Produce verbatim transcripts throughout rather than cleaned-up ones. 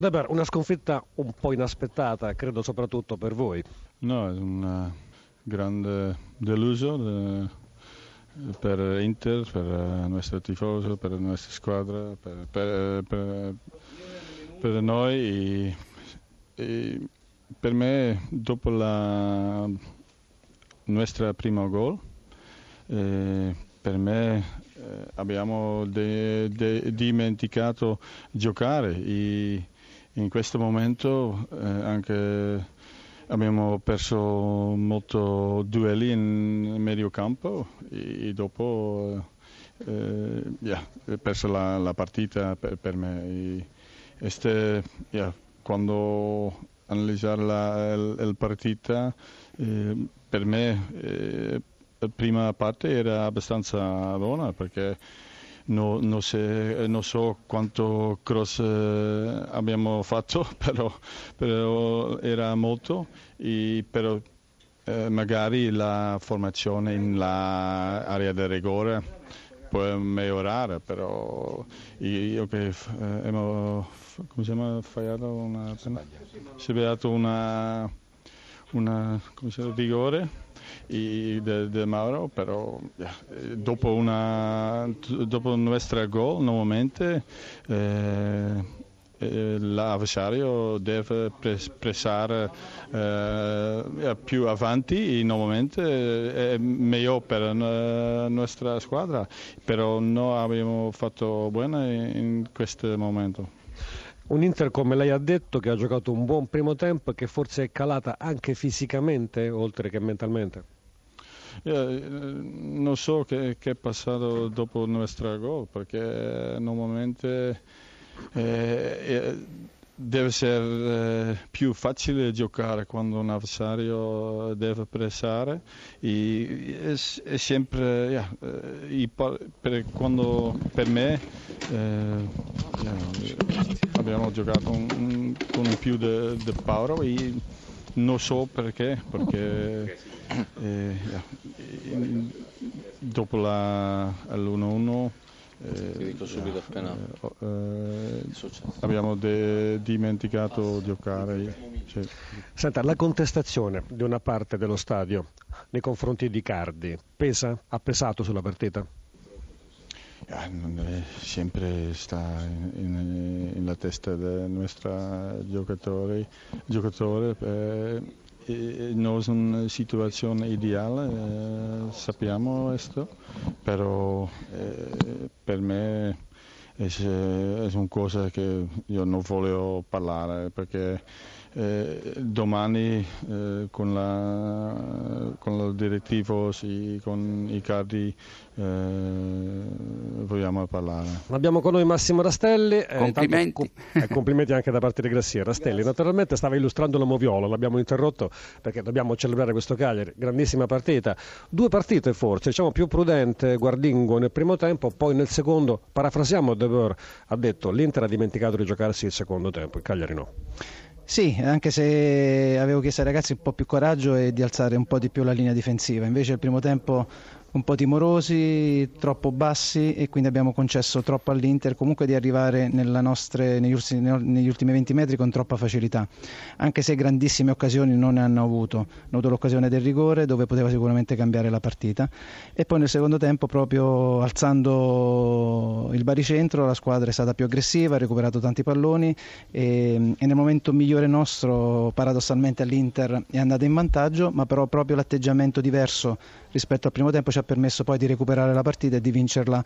Weber, una sconfitta un po' inaspettata, credo soprattutto per voi. No, è una grande delusione per Inter, per il nostro tifoso, per la nostra squadra, per, per, per, per noi. E, e per me, dopo la nostra prima gol, eh, per me eh, abbiamo de, de, dimenticato giocare. E in questo momento eh, anche abbiamo perso molto duelli in medio campo e dopo eh, yeah, perso la, la partita per, per me. E este, yeah, quando analizzare la, la, la partita eh, per me eh, la prima parte era abbastanza buona perché No, non, se, non so quanto cross eh, abbiamo fatto, però, però era molto, e, però eh, magari la formazione in la area del rigore può migliorare, però io che eh, abbiamo come si chiama, sbagliato una, sbagliato una, una come si chiama, rigore del de Mauro, però yeah, dopo una dopo il nostro gol nuovamente eh, eh, l'avversario deve pres- pressare eh, più avanti e nuovamente è meglio per la nostra squadra, però noi abbiamo fatto bene in questo momento. Un Inter, come lei ha detto, che ha giocato un buon primo tempo e che forse è calata anche fisicamente oltre che mentalmente. Yeah, non so che, che è passato dopo il nostro gol, perché normalmente eh, deve essere più facile giocare quando un avversario deve pressare e è, è sempre yeah, per, quando, per me eh, yeah, abbiamo giocato un, un, con più di paura e non so perché, perché eh, yeah, dopo la, l'uno a uno eh, subito appena eh, abbiamo de- dimenticato giocare. Sì. Senta, la contestazione di una parte dello stadio nei confronti di Icardi pesa? Ha pesato sulla partita? Ah, non è sempre sta in, in, in la testa del nostro giocatore, giocatore eh, e non è una situazione ideale, eh, sappiamo questo, però eh, per me è, è una cosa che io non voglio parlare perché eh, domani eh, con la con il direttivo sì, con i cardi eh, vogliamo parlare. Abbiamo con noi Massimo Rastelli. Complimenti. Eh, tanto, eh, complimenti anche da parte di Grassia. Rastelli, naturalmente stava illustrando la Moviola, l'abbiamo interrotto perché dobbiamo celebrare questo Cagliari. Grandissima partita. Due partite forse, diciamo più prudente Guardingo nel primo tempo, poi nel secondo, parafrasiamo De Boer, ha detto l'Inter ha dimenticato di giocarsi il secondo tempo, il Cagliari no. Sì, anche se avevo chiesto ai ragazzi un po' più coraggio e di alzare un po' di più la linea difensiva, invece il primo tempo un po' timorosi, troppo bassi e quindi abbiamo concesso troppo all'Inter comunque di arrivare nella nostre, negli, ultimi, negli ultimi venti metri con troppa facilità, anche se grandissime occasioni non ne hanno avuto. Hanno avuto l'occasione del rigore dove poteva sicuramente cambiare la partita e poi nel secondo tempo proprio alzando il baricentro la squadra è stata più aggressiva, ha recuperato tanti palloni e, e nel momento migliore nostro paradossalmente all'Inter è andata in vantaggio, ma però proprio l'atteggiamento diverso rispetto al primo tempo ci ha permesso poi di recuperare la partita e di vincerla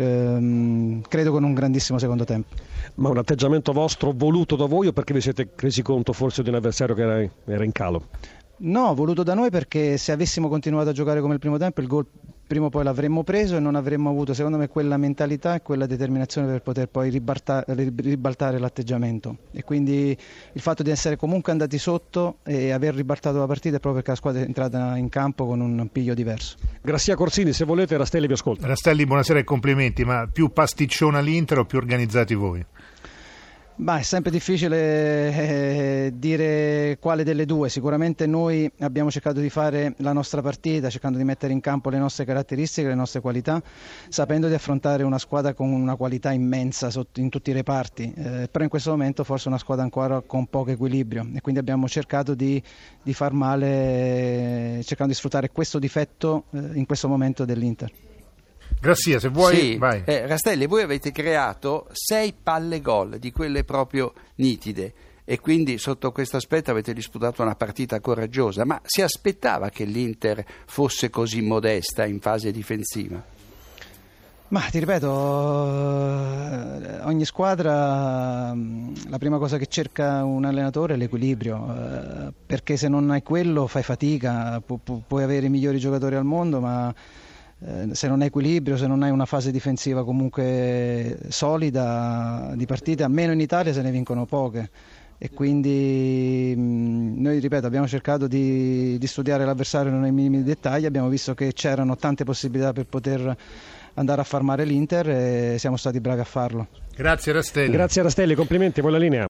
ehm, credo con un grandissimo secondo tempo. Ma un atteggiamento vostro voluto da voi o perché vi siete resi conto forse di un avversario che era, era in calo? No, voluto da noi perché se avessimo continuato a giocare come il primo tempo il gol prima o poi l'avremmo preso e non avremmo avuto secondo me quella mentalità e quella determinazione per poter poi ribaltare, ribaltare l'atteggiamento e quindi il fatto di essere comunque andati sotto e aver ribaltato la partita è proprio perché la squadra è entrata in campo con un piglio diverso. Grassia Corsini, se volete Rastelli vi ascolta. Rastelli, buonasera e complimenti, ma più pasticciona l'Inter o più organizzati voi? Bah, è sempre difficile eh, dire quale delle due. Sicuramente noi abbiamo cercato di fare la nostra partita, cercando di mettere in campo le nostre caratteristiche, le nostre qualità, sapendo di affrontare una squadra con una qualità immensa in tutti i reparti, eh, però in questo momento forse una squadra ancora con poco equilibrio, e quindi abbiamo cercato di, di far male, cercando di sfruttare questo difetto eh, in questo momento dell'Inter. Grassia, se vuoi, sì. vai. Eh, Rastelli, voi avete creato sei palle gol, di quelle proprio nitide, e quindi sotto questo aspetto avete disputato una partita coraggiosa, ma si aspettava che l'Inter fosse così modesta in fase difensiva? Ma ti ripeto, ogni squadra, la prima cosa che cerca un allenatore è l'equilibrio, perché se non hai quello fai fatica, pu- pu- puoi avere i migliori giocatori al mondo, ma se non hai equilibrio, se non hai una fase difensiva comunque solida di partite, almeno in Italia se ne vincono poche, e quindi noi, ripeto, abbiamo cercato di, di studiare l'avversario nei minimi dettagli, abbiamo visto che c'erano tante possibilità per poter andare a fermare l'Inter e siamo stati bravi a farlo. Grazie Rastelli. Grazie Rastelli, complimenti, buona linea.